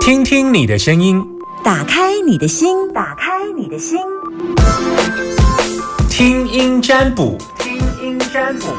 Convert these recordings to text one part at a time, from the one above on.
听听你的声音， 打开你的心，打开你的心， 听音占卜， 听音占卜。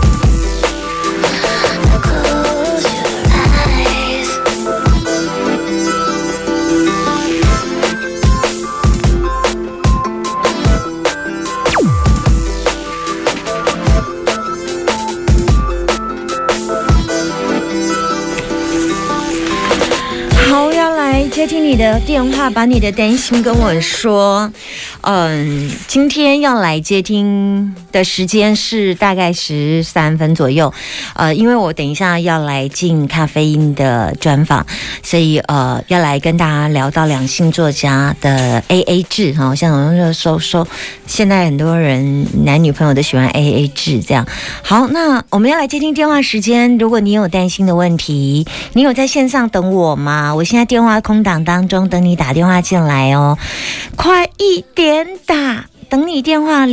好，要来接听你的电话，把你的担心跟我说。今天要来接听的时间是大概13分左右。因为我等一下要来进咖啡因的专访，所以要来跟大家聊到两性作家的 AA 制哈，像我们就说现在很多人男女朋友都喜欢 AA 制这样。好，那我们要来接听电话时间，如果你有担心的问题，你有在线上等我吗？我现在电话空档当中，等你打电话进来哦，快一点打，等你电话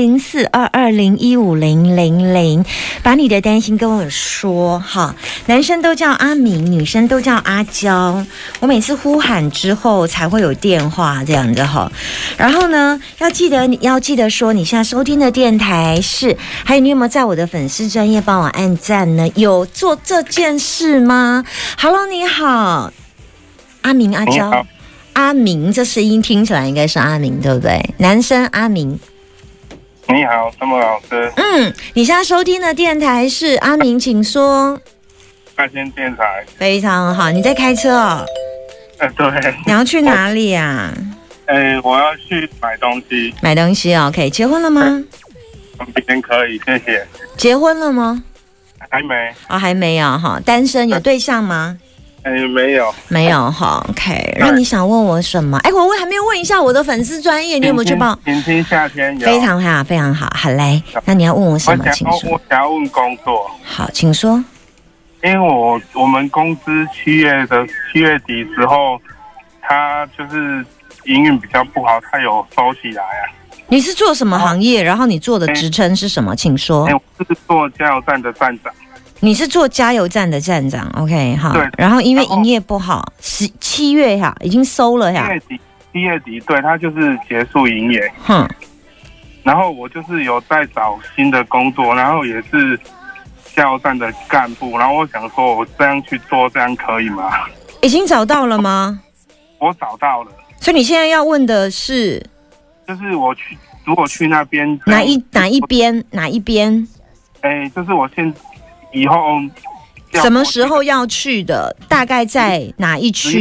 0422015000，把你的担心跟我说哈。男生都叫阿明，女生都叫阿娇，我每次呼喊之后才会有电话这样子哈。然后呢，要记得说你现在收听的电台是，还有你有没有在我的粉丝专页帮我按赞呢？有做这件事吗 ？Hello， 你好，阿明阿娇。阿明，这声音听起来应该是阿明，对不对？男生阿明。 你好，什么老师？ 你现在收听的电台是阿明，请说。 大仙电台。 非常好，你在开车哦？ 对。 你要去哪里啊？ 我要去买东西。 买东西 OK， 结婚了吗？ 明天可以，谢谢。 结婚了吗？ 还没。 还没有哈，单身，有对象吗？ 没有， 没有哈 ，OK。那你想问我什么？我还没有问一下我的粉丝专业，你有没有去报？ 晴天夏天有。 非常好，非常好，好嘞。那你要问我什么？请说。 我想要问工作。 好，请说。 因为我们公司7月底之后，他就是营运比较不好，他有收起来啊。 你是做什么行业？然后你做的职称是什么？请说。 我是做加油站的站长。 你是做加油站的站长 ，OK 哈。 对。 然后因为营业不好，7月哈已经收了呀。 7月底，对，他就是结束营业。然后我就是有在找新的工作，然后也是加油站的干部，然后我想说，我这样去做，这样可以吗？ 已经找到了吗？ 我找到了。所以你现在要问的是， 就是如果去那边哪一边？ 就是我以后什么时候要去的？大概在哪一区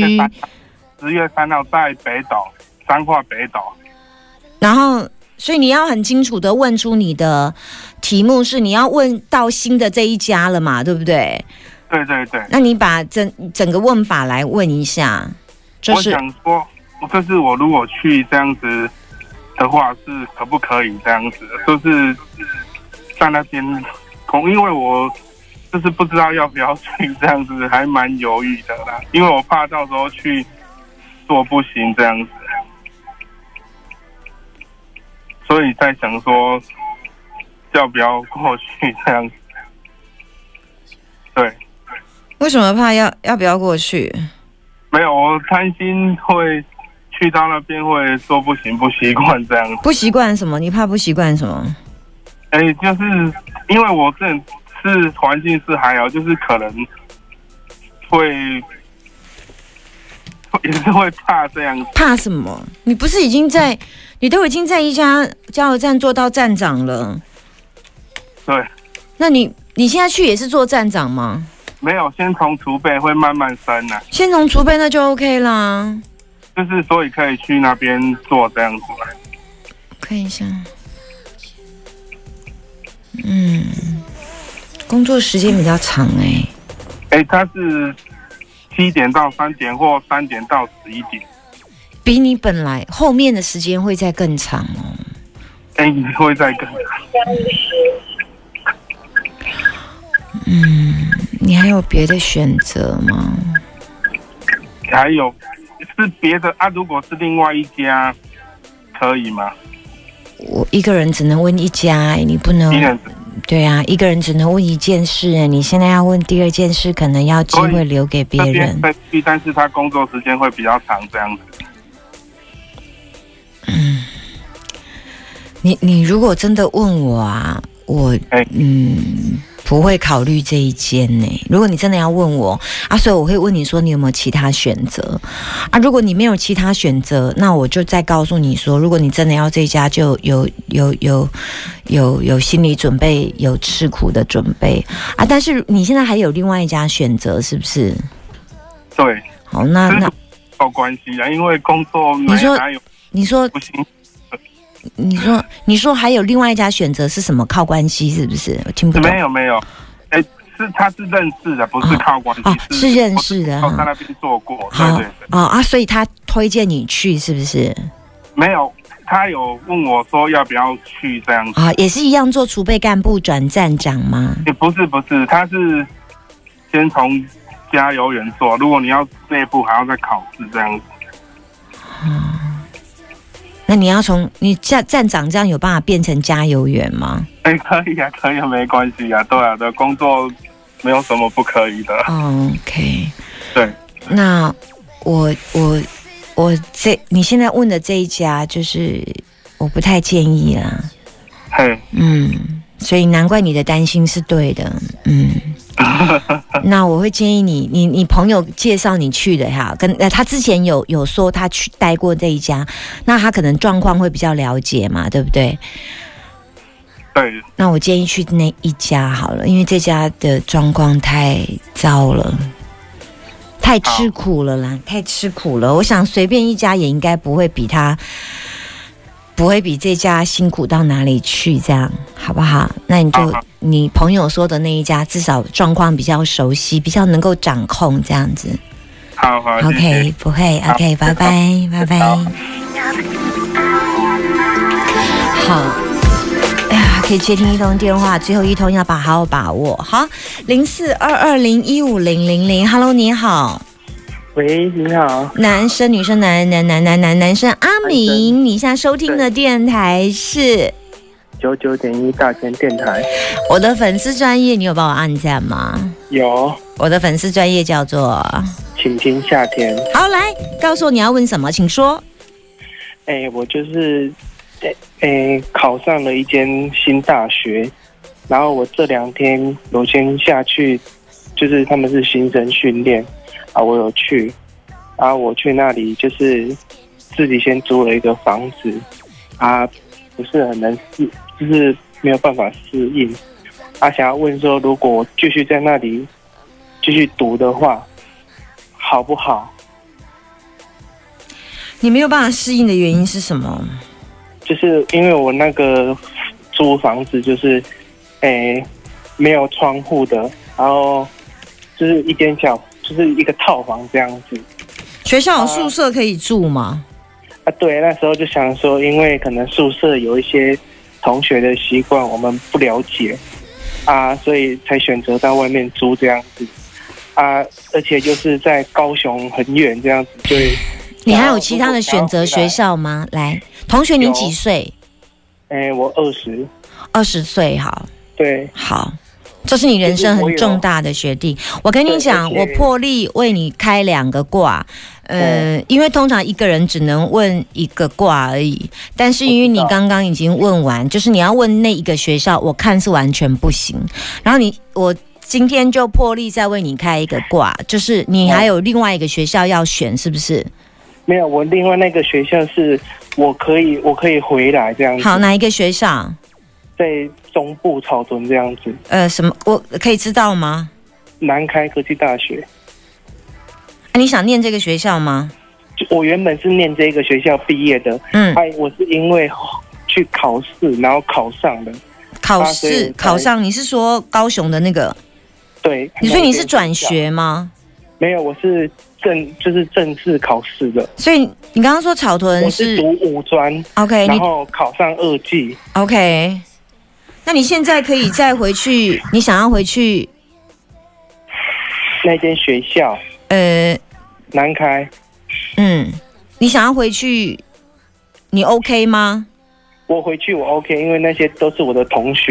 ？10月3号在北斗，彰化北斗。 然后，所以你要很清楚的问出你的题目是你要问到新的这一家了嘛，对不对？ 对对对。 那你把整个问法来问一下， 我想说，就是我如果去这样子的话，是可不可以这样子？就是在那边因为我就是不知道要不要去这样子，还蛮犹豫的啦。因为我怕到时候去做不行这样子，所以在想说要不要过去这样子。对。 为什么怕要不要过去？ 没有，我担心会去到那边会说不行，不习惯这样子。 不习惯什么？你怕不习惯什么？ 就是因为我这是环境是还好，就是可能也是会怕这样。 怕什么？你不是你都已经在一家加油站做到站长了？ 对。 那你现在去也是做站长吗？ 没有，先从储备会慢慢升啊。 先从储备那就 OK 啦。 就是所以可以去那边做这样子。 看一下。工作时间比较长他是7点到3点或3点到11点， 比你本来后面的时间会再更长哦。 会再更长。 你还有别的选择吗？ 还有是别的啊？如果是另外一家，可以吗？ 我一个人只能问一家，你不能对啊，一个人只能问一件事，你现在要问第二件事，可能要机会留给别人。 再去，但是他工作时间会比较长，这样子。 你如果真的问我啊，我不会考虑这一间呢。如果你真的要问我啊，所以我会问你说你有没有其他选择啊？如果你没有其他选择，那我就再告诉你说，如果你真的要这一家，就有心理准备，有吃苦的准备啊。但是你现在还有另外一家选择，是不是？ 对。 好，那有关系啊，因为工作你说不行。 你说还有另外一家选择是什么？靠关系是不是？我听不懂。 没有，他是认识的，不是靠关系， 是认识的。 我在那边做过， 对。所以他推荐你去是不是？ 没有，他有问我说要不要去这样子也是一样做储备干部转站长吗？ 也不是，他是先从加油员做，如果你要内部还要再考试这样子。 那你要从你站长这样有办法变成加油员吗？ 可以啊，没关系啊，对啊，的工作没有什么不可以的。 OK， 对。 那我你现在问的这一家，就是我不太建议啦。所以难怪你的担心是对的。那我会建议你朋友介绍你去的哈，他之前有说他去待过这一家，那他可能状况会比较了解嘛，对不对？ 对。 那我建议去那一家好了，因为这家的状况太糟了，太吃苦了啦，太吃苦了。我想随便一家也应该不会比这家辛苦到哪里去，这样好不好？那你朋友说的那一家，至少状况比较熟悉，比较能够掌控，这样子。 好 ，OK， 谢谢不会 ，OK， 拜拜，拜拜。好，可以接听一通电话，最后一通要好好把握。好，0422015000 ，Hello， 你好。 喂，你好。 男生、女生、男生阿明，你现在收听的电台是 99.1大千电台。 我的粉丝专页，你有帮我按赞吗？ 有。 我的粉丝专页叫做请听夏天。 好，来告诉我你要问什么，请说。 我就是考上了一间新大学，然后我这2天有先下去，就是他们是新生训练。我有去，然后我去那里就是自己先租了一个房子，不是很能就是没有办法适应，想要问说，如果我继续在那里继续读的话，好不好？ 你没有办法适应的原因是什么？ 就是因为我那个租房子就是没有窗户的，然后就是一间就是一个套房这样子。 学校有宿舍可以住吗？ 对，那时候就想说，因为可能宿舍有一些同学的习惯我们不了解所以才选择在外面租这样子而且就是在高雄很远这样子，所以你还有其他的选择学校吗？来，同学你几岁？ 我20岁。好，对， 好。这是你人生很重大的决定。我跟你讲，我破例为你开2个卦，因为通常一个人只能问1个卦而已。但是因为你刚刚已经问完，就是你要问那一个学校，我看是完全不行。然后我今天就破例再为你开1个卦，就是你还有另外一个学校要选，是不是？ 没有，我另外那个学校是我可以回来这样子。 好，哪一个学校？ 在中部草屯这样子。 什么？我可以知道吗？ 南开科技大学。 你想念这个学校吗？ 我原本是念这个学校毕业的。我是因为去考试，然后考上的。考上？你是说高雄的那个？ 对。 所以你是转学吗？ 没有，我是正式考试的。 所以你刚刚说草屯我是读5专 ，OK， 然后考上2技 ，OK。那你现在可以再回去？你想要回去那间学校？南开。 你想要回去？你 OK 吗？ 我回去我 OK， 因为那些都是我的同学，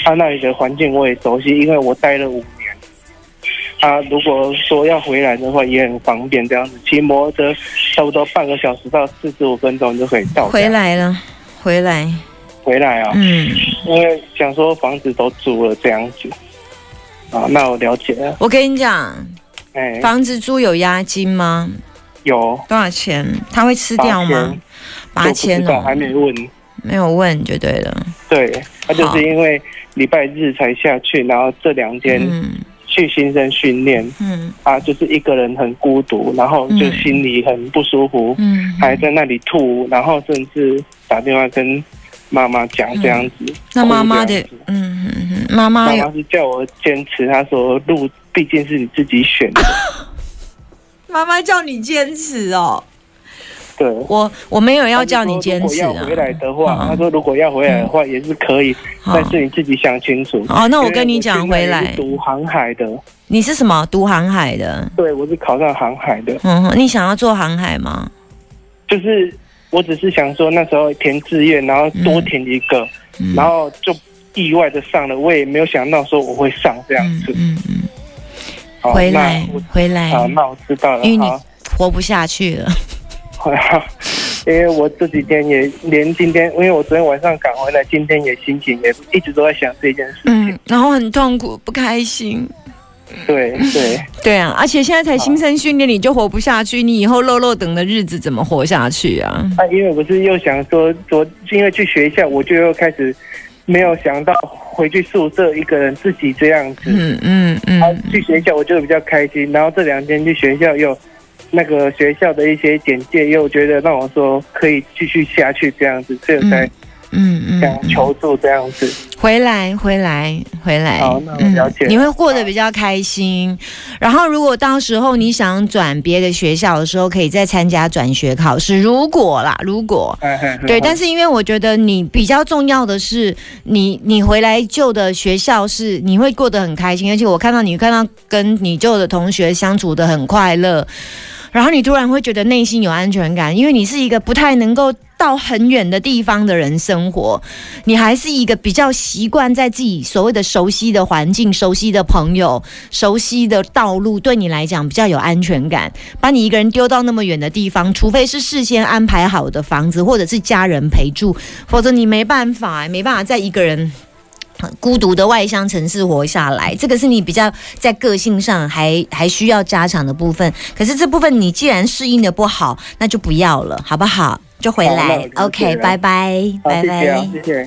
那里的环境我也熟悉，因为我待了5年。如果说要回来的话，也很方便，这样子骑摩托车差不多半个小时到45分钟就可以到。 回来了，回来啊，因为想说房子都租了这样子。那我了解了。 我跟你讲，房子租有押金吗？ 有。多少钱？他会吃掉吗？8000哦， 还没问。 没有问就对了。 对，他就是因为礼拜日才下去，然后这2天去新生训练，就是一个人很孤独，然后就心里很不舒服，还在那里吐，然后甚至打电话跟妈妈讲这样子。 那妈妈的，妈妈是叫我坚持，她说路毕竟是你自己选的。 妈妈叫你坚持哦。 对， 我没有要叫你坚持啊。 如果要回来的话，他说如果要回来的话也是可以，但是你自己想清楚。 那我跟你讲，回来读航海的。 你是什么？读航海的？ 对，我是考上航海的。 你想要做航海吗？ 就是我只是想说那时候填志愿，然后多填一个，然后就意外的上了，我也没有想到说我会上这样子。 回来。 好，那我知道了。 因为你活不下去了。 因为我这几天也连今天，因为我昨天晚上赶回来，今天也心情也一直都在想这件事情， 然后很痛苦不开心。对啊，而且现在才新生训练，你就活不下去，你以后肉肉等的日子怎么活下去啊？ 因为我是又想说因为去学校，我就又开始没有想到回去宿舍一个人自己这样子。去学校我就比较开心，然后这2天去学校又。那个学校的一些简介又觉得让我说可以继续下去这样子，所以才想求助这样子。回来。 好，那我了解。你会过得比较开心。然后，如果到时候你想转别的学校的时候，可以再参加转学考试。如果对，但是因为我觉得你比较重要的是，你回来旧的学校是你会过得很开心，而且我看到跟你旧的同学相处得很快乐。然后你突然会觉得内心有安全感，因为你是一个不太能够到很远的地方的人生活，你还是一个比较习惯在自己所谓的熟悉的环境、熟悉的朋友、熟悉的道路，对你来讲比较有安全感。把你一个人丢到那么远的地方，除非是事先安排好的房子，或者是家人陪住，否则你没办法在一个人孤独的外乡城市活下来，这个是你比较在个性上还需要加强的部分。可是这部分你既然适应的不好，那就不要了，好不好？就回来。OK， 拜拜，拜拜，谢谢。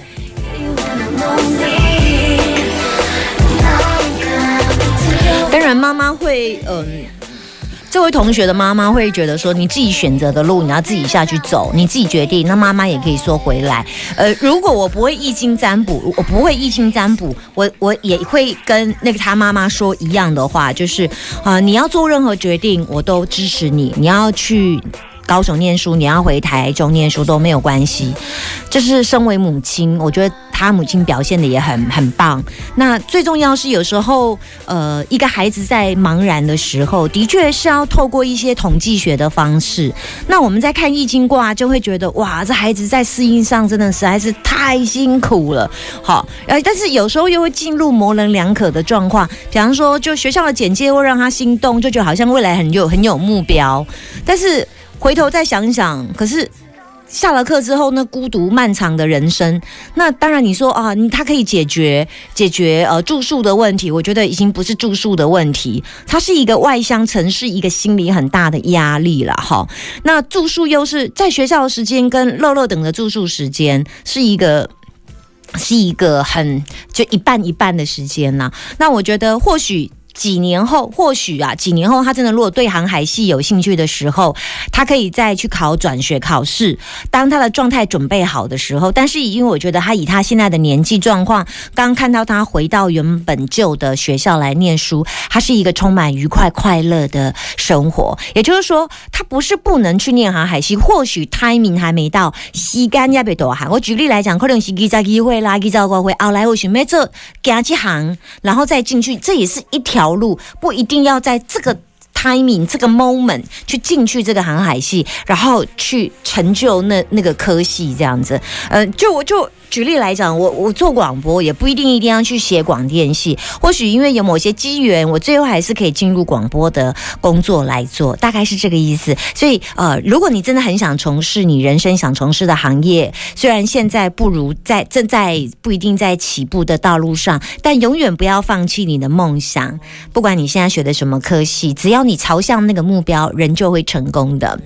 当然，妈妈会这位同学的妈妈会觉得说，你自己选择的路，你要自己下去走，你自己决定。那妈妈也可以说回来。如果我不会易经占卜，我也会跟那个他妈妈说一样的话，就是你要做任何决定，我都支持你。你要去高雄念书，你要回台中念书都没有关系。就是身为母亲，我觉得他母亲表现的也很棒。那最重要是有时候一个孩子在茫然的时候，的确是要透过一些统计学的方式。那我们在看易经卦就会觉得，哇，这孩子在适应上真的实在是太辛苦了。好，但是有时候又会进入模棱两可的状况。比方说，就学校的简介会让他心动，就觉得好像未来很有目标，但是回头再想想，可是下了课之后，那孤独漫长的人生，那当然你说他可以解决住宿的问题，我觉得已经不是住宿的问题，它是一个外乡城市一个心理很大的压力了哈。那住宿又是在学校的时间跟乐乐等的住宿时间是一个很就一半一半的时间啦。那我觉得或许几年后他真的如果对航海系有兴趣的时候，他可以再去考转学考试，当他的状态准备好的时候。但是因为我觉得他以他现在的年纪状况，刚看到他回到原本旧的学校来念书，他是一个充满愉快快乐的生活。也就是说，他不是不能去念航海系，或许 timing 还没到，时间也没大行。我举例来讲，可能是20几岁啦，20多岁后来我想要做走这行，然后再进去，这也是一条路，不一定要在这个 timing 这个 moment 去进去这个航海系，然后去成就那个科系这样子。就举例来讲，我做广播也不一定要去写广电系，或许因为有某些机缘，我最后还是可以进入广播的工作来做，大概是这个意思。所以如果你真的很想从事你人生想从事的行业，虽然现在正在不一定在起步的道路上，但永远不要放弃你的梦想。不管你现在学的什么科系，只要你朝向那个目标，人就会成功的。